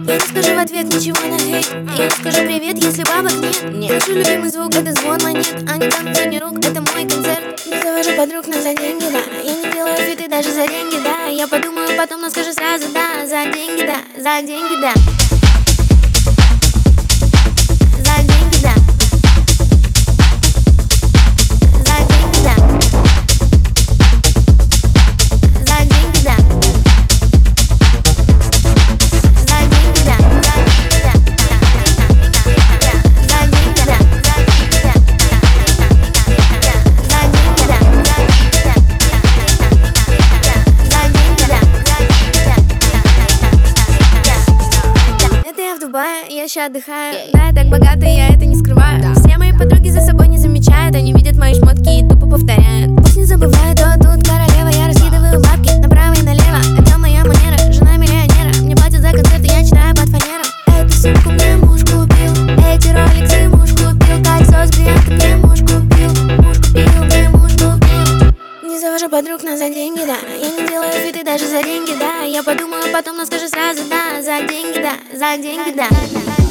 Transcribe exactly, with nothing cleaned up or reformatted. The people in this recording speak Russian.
Я не скажу в ответ ничего на хейт. Я не скажу привет, если бабок нет. Нет. Наш любимый звук — это звон монет, а не танцевание рук — это мой концерт. Не завожу подруг, но за деньги, да. Я не делаю фиты даже за деньги, да. Я подумаю потом, но скажу сразу, да. За деньги, да, за деньги, да. За деньги, да. За деньги, да. За деньги, да. За деньги, да. За деньги, да. Это я в Дубае, я ща отдыхаю. Да, я так богата, я это не скрываю. Все мои подруги за собой не замечают. Они видят мои шмотки и тупо повторяют. Пусть не забывают, то тут королева. Я раскидываю бабки направо и налево. Это моя манера, жена миллионера. Мне платят за концерты, я читаю под фанером. Эту сумку мне муж купил, эти роликсы муж купил, кольцо с бриллиантом мне муж купил, муж купил, мне муж купил. Не завожу подруг, но за деньги, да. Я не делаю фиты даже за деньги, да. Я подумаю потом, но скажу сразу, да. За деньги, да, за деньги, да.